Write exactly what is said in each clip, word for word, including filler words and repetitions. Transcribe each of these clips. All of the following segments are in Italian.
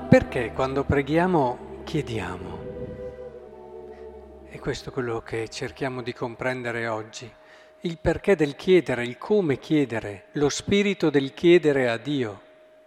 Perché quando preghiamo chiediamo? E questo è quello che cerchiamo di comprendere oggi. Il perché del chiedere, il come chiedere, lo spirito del chiedere a Dio.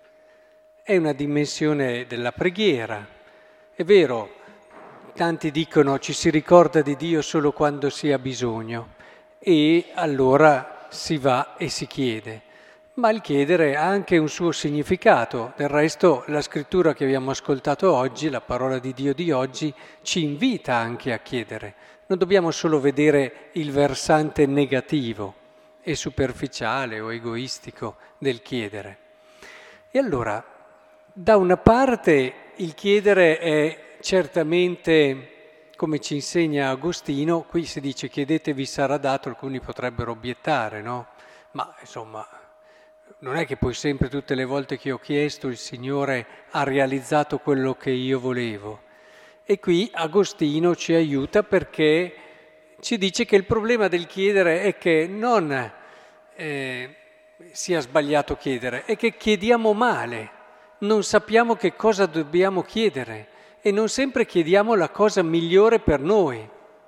È una dimensione della preghiera. È vero, tanti dicono ci si ricorda di Dio solo quando si ha bisogno e allora si va e si chiede. Ma il chiedere ha anche un suo significato. Del resto la scrittura che abbiamo ascoltato oggi, la parola di Dio di oggi, ci invita anche a chiedere. Non dobbiamo solo vedere il versante negativo e superficiale o egoistico del chiedere. E allora, da una parte il chiedere è certamente, come ci insegna Agostino, qui si dice chiedetevi sarà dato, alcuni potrebbero obiettare, no? Ma insomma, non è che poi sempre tutte le volte che ho chiesto il Signore ha realizzato quello che io volevo. E qui Agostino ci aiuta perché ci dice che il problema del chiedere è che non eh, sia sbagliato chiedere, è che chiediamo male, non sappiamo che cosa dobbiamo chiedere e non sempre chiediamo la cosa migliore per noi.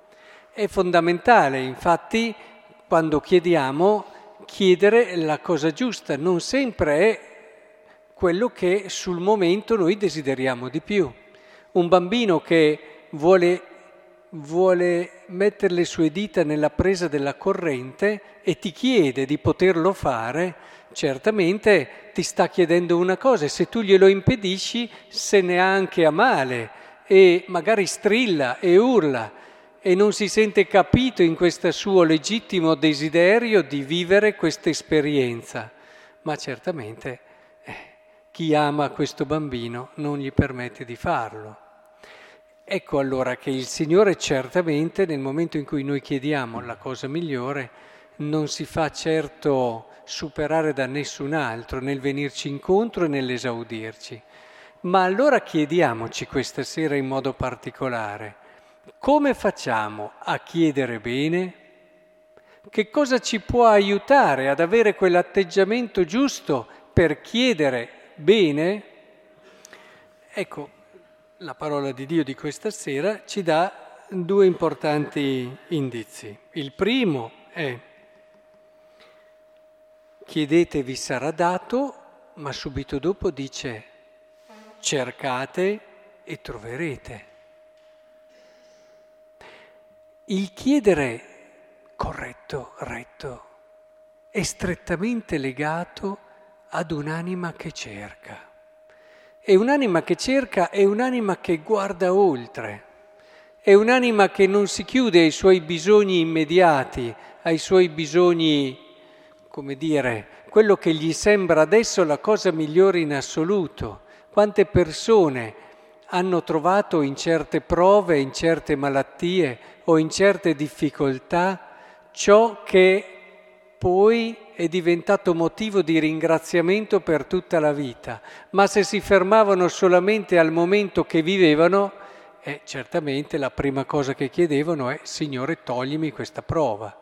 È fondamentale, infatti, quando chiediamo, chiedere la cosa giusta, non sempre è quello che sul momento noi desideriamo di più. Un bambino che vuole, vuole mettere le sue dita nella presa della corrente e ti chiede di poterlo fare, certamente ti sta chiedendo una cosa e se tu glielo impedisci se ne ha anche a male e magari strilla e urla e non si sente capito in questo suo legittimo desiderio di vivere questa esperienza. Ma certamente eh, chi ama questo bambino non gli permette di farlo. Ecco allora che il Signore certamente nel momento in cui noi chiediamo la cosa migliore non si fa certo superare da nessun altro nel venirci incontro e nell'esaudirci. Ma allora chiediamoci questa sera in modo particolare, come facciamo a chiedere bene? Che cosa ci può aiutare ad avere quell'atteggiamento giusto per chiedere bene? Ecco, la parola di Dio di questa sera ci dà due importanti indizi. Il primo è chiedetevi sarà dato, ma subito dopo dice cercate e troverete. Il chiedere corretto, retto, è strettamente legato ad un'anima che cerca. E un'anima che cerca è un'anima che guarda oltre, è un'anima che non si chiude ai suoi bisogni immediati, ai suoi bisogni, come dire, quello che gli sembra adesso la cosa migliore in assoluto. Quante persone hanno trovato in certe prove, in certe malattie o in certe difficoltà ciò che poi è diventato motivo di ringraziamento per tutta la vita, ma se si fermavano solamente al momento che vivevano, eh, certamente la prima cosa che chiedevano è Signore toglimi questa prova.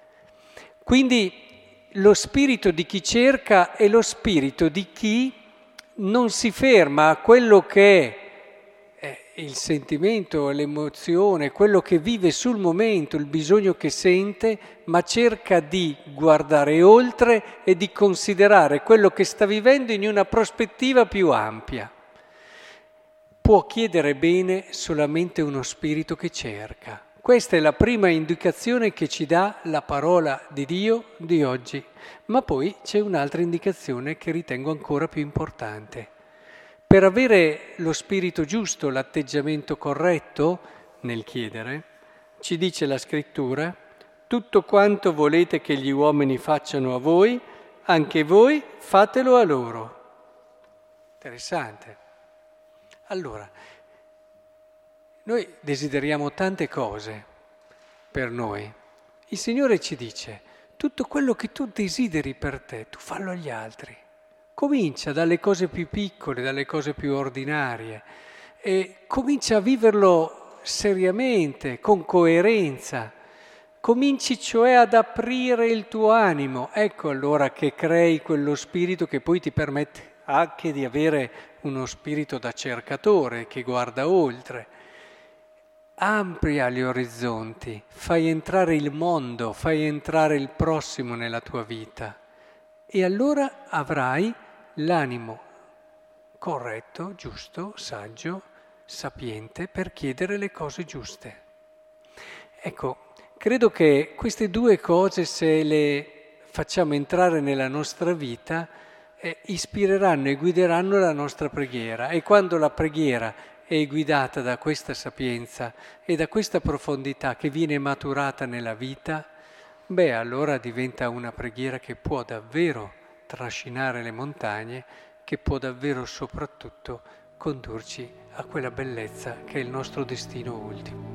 Quindi lo spirito di chi cerca è lo spirito di chi non si ferma a quello che è il sentimento, l'emozione, quello che vive sul momento, il bisogno che sente, ma cerca di guardare oltre e di considerare quello che sta vivendo in una prospettiva più ampia. Può chiedere bene solamente uno spirito che cerca. Questa è la prima indicazione che ci dà la parola di Dio di oggi, ma poi c'è un'altra indicazione che ritengo ancora più importante. Per avere lo spirito giusto, l'atteggiamento corretto nel chiedere, ci dice la Scrittura, tutto quanto volete che gli uomini facciano a voi, anche voi fatelo a loro. Interessante. Allora, noi desideriamo tante cose per noi. Il Signore ci dice, tutto quello che tu desideri per te, tu fallo agli altri. Comincia dalle cose più piccole, dalle cose più ordinarie e comincia a viverlo seriamente, con coerenza. Cominci cioè ad aprire il tuo animo. Ecco allora che crei quello spirito che poi ti permette anche di avere uno spirito da cercatore che guarda oltre. Amplia gli orizzonti, fai entrare il mondo, fai entrare il prossimo nella tua vita e allora avrai l'animo corretto, giusto, saggio, sapiente per chiedere le cose giuste. Ecco, credo che queste due cose, se le facciamo entrare nella nostra vita, eh, ispireranno e guideranno la nostra preghiera. E quando la preghiera è guidata da questa sapienza e da questa profondità che viene maturata nella vita, beh, allora diventa una preghiera che può davvero trascinare le montagne, che può davvero soprattutto condurci a quella bellezza che è il nostro destino ultimo.